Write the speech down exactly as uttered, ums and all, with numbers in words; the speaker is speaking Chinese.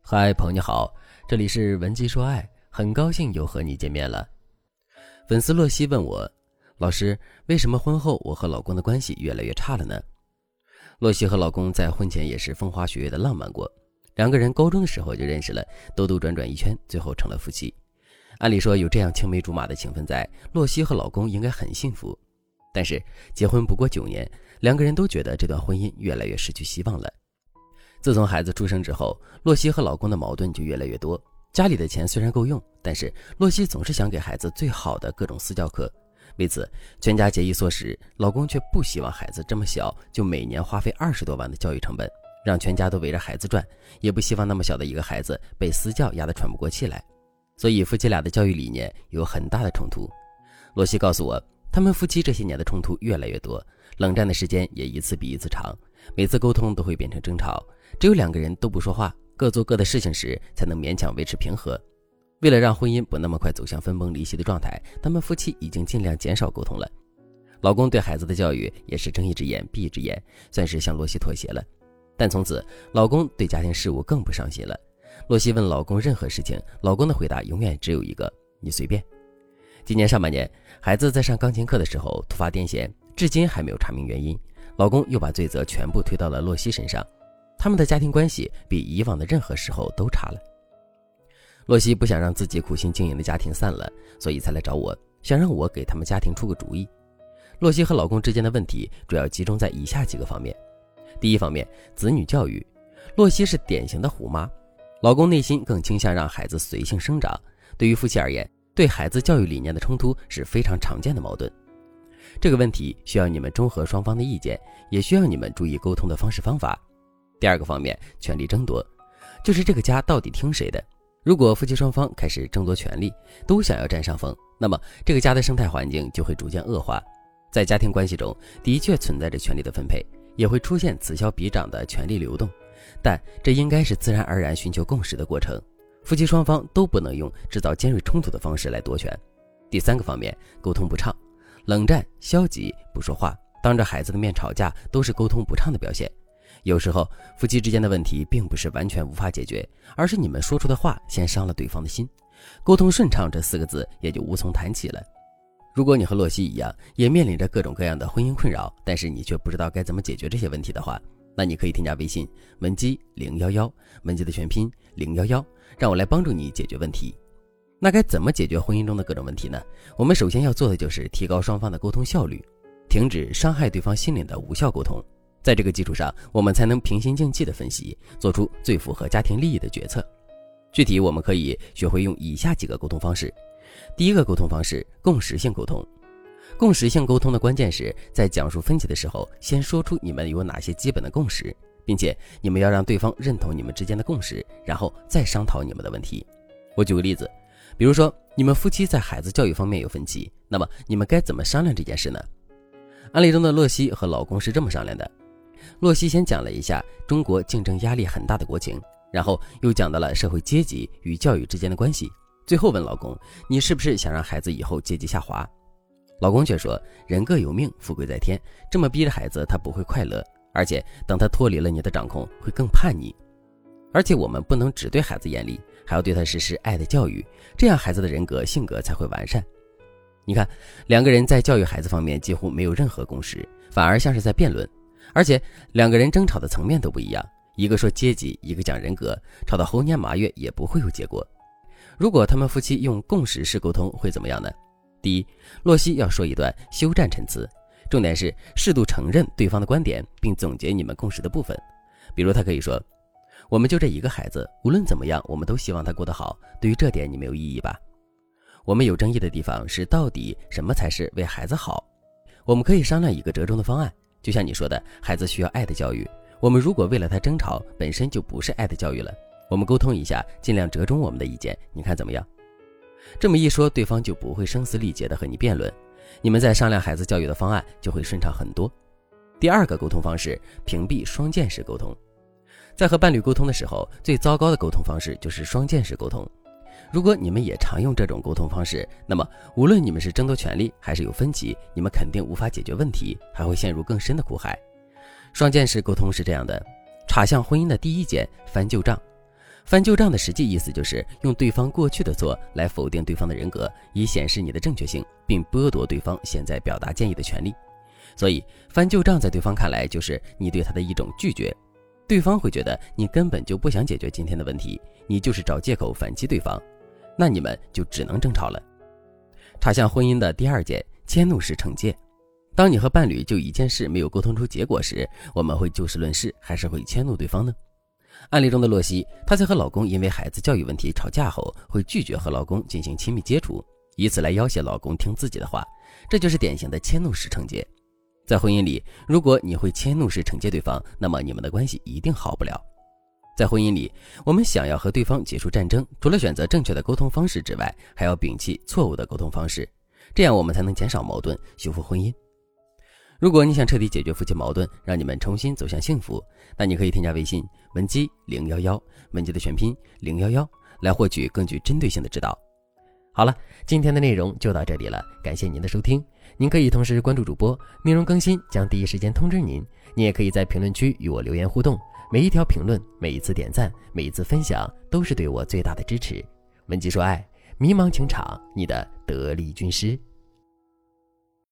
嗨，朋友你好，这里是文姬说爱，很高兴又和你见面了。粉丝洛西问我，老师，为什么婚后我和老公的关系越来越差了呢？洛西和老公在婚前也是风花雪月的浪漫过，两个人高中的时候就认识了，兜兜转转一圈，最后成了夫妻。按理说有这样青梅竹马的情分在，洛西和老公应该很幸福。但是结婚不过九年，两个人都觉得这段婚姻越来越失去希望了。自从孩子出生之后，洛西和老公的矛盾就越来越多。家里的钱虽然够用，但是洛西总是想给孩子最好的各种私教课，为此全家节衣缩食，老公却不希望孩子这么小就每年花费二十多万的教育成本，让全家都围着孩子转，也不希望那么小的一个孩子被私教压得喘不过气来。所以夫妻俩的教育理念有很大的冲突。洛西告诉我，他们夫妻这些年的冲突越来越多，冷战的时间也一次比一次长，每次沟通都会变成争吵，只有两个人都不说话，各做各的事情时才能勉强维持平和。为了让婚姻不那么快走向分崩离析的状态，他们夫妻已经尽量减少沟通了。老公对孩子的教育也是睁一只眼闭一只眼，算是向洛西妥协了。但从此老公对家庭事务更不上心了。洛西问老公任何事情，老公的回答永远只有一个，你随便。今年上半年，孩子在上钢琴课的时候突发癫痫，至今还没有查明原因，老公又把罪责全部推到了洛西身上。他们的家庭关系比以往的任何时候都差了。洛西不想让自己苦心经营的家庭散了，所以才来找我，想让我给他们家庭出个主意。洛西和老公之间的问题主要集中在以下几个方面。第一方面，子女教育。洛西是典型的虎妈，老公内心更倾向让孩子随性生长。对于夫妻而言，对孩子教育理念的冲突是非常常见的矛盾。这个问题需要你们中和双方的意见，也需要你们注意沟通的方式方法。第二个方面，权力争夺，就是这个家到底听谁的。如果夫妻双方开始争夺权力，都想要占上风，那么这个家的生态环境就会逐渐恶化。在家庭关系中的确存在着权力的分配，也会出现此消彼长的权力流动，但这应该是自然而然寻求共识的过程，夫妻双方都不能用制造尖锐冲突的方式来夺权。第三个方面，沟通不畅，冷战、消极、不说话，当着孩子的面吵架，都是沟通不畅的表现。有时候夫妻之间的问题并不是完全无法解决，而是你们说出的话先伤了对方的心，沟通顺畅这四个字也就无从谈起了。如果你和洛西一样也面临着各种各样的婚姻困扰，但是你却不知道该怎么解决这些问题的话，那你可以添加微信文姬零一一，文姬的全拼零一一，让我来帮助你解决问题。那该怎么解决婚姻中的各种问题呢？我们首先要做的就是提高双方的沟通效率，停止伤害对方心灵的无效沟通。在这个基础上，我们才能平心静气地分析，做出最符合家庭利益的决策。具体我们可以学会用以下几个沟通方式。第一个沟通方式，共识性沟通。共识性沟通的关键是在讲述分歧的时候，先说出你们有哪些基本的共识，并且你们要让对方认同你们之间的共识，然后再商讨你们的问题。我举个例子，比如说你们夫妻在孩子教育方面有分歧，那么你们该怎么商量这件事呢？案例中的洛西和老公是这么商量的。洛西先讲了一下中国竞争压力很大的国情，然后又讲到了社会阶级与教育之间的关系，最后问老公，你是不是想让孩子以后阶级下滑？老公却说，人各有命，富贵在天，这么逼着孩子他不会快乐，而且等他脱离了你的掌控会更叛逆。而且我们不能只对孩子严厉，还要对他实施爱的教育，这样孩子的人格性格才会完善。你看，两个人在教育孩子方面几乎没有任何共识，反而像是在辩论，而且两个人争吵的层面都不一样，一个说阶级，一个讲人格，吵到猴年马月也不会有结果。如果他们夫妻用共识式沟通会怎么样呢？第一，洛西要说一段休战陈词，重点是适度承认对方的观点，并总结你们共识的部分。比如他可以说，我们就这一个孩子，无论怎么样我们都希望他过得好，对于这点你没有异议吧？我们有争议的地方是到底什么才是为孩子好，我们可以商量一个折中的方案。就像你说的，孩子需要爱的教育，我们如果为了他争吵，本身就不是爱的教育了，我们沟通一下，尽量折中我们的意见，你看怎么样？这么一说，对方就不会声嘶力竭地和你辩论，你们在商量孩子教育的方案就会顺畅很多。第二个沟通方式，屏蔽双键式沟通。在和伴侣沟通的时候，最糟糕的沟通方式就是双键式沟通。如果你们也常用这种沟通方式，那么无论你们是争夺权利还是有分歧，你们肯定无法解决问题，还会陷入更深的苦海。双键式沟通是这样的：插向婚姻的第一键，翻旧账。 翻旧账的实际意思就是用对方过去的错来否定对方的人格，以显示你的正确性，并剥夺对方现在表达建议的权利。所以翻旧账在对方看来就是你对他的一种拒绝，对方会觉得你根本就不想解决今天的问题，你就是找借口反击对方，那你们就只能争吵了。岔向婚姻的第二件，迁怒式惩戒。当你和伴侣就一件事没有沟通出结果时，我们会就事论事，还是会迁怒对方呢？案例中的洛西，她在和老公因为孩子教育问题吵架后，会拒绝和老公进行亲密接触，以此来要挟老公听自己的话，这就是典型的迁怒式惩戒。在婚姻里，如果你会迁怒式惩戒对方，那么你们的关系一定好不了。在婚姻里，我们想要和对方结束战争，除了选择正确的沟通方式之外，还要摒弃错误的沟通方式，这样我们才能减少矛盾，修复婚姻。如果你想彻底解决夫妻矛盾，让你们重新走向幸福，那你可以添加微信文姬零一一，文姬的全拼零一一，来获取更具针对性的指导。好了，今天的内容就到这里了，感谢您的收听。您可以同时关注主播，内容更新将第一时间通知您。您也可以在评论区与我留言互动，每一条评论，每一次点赞，每一次分享，都是对我最大的支持。文姬说爱，迷茫情场，你的得力军师。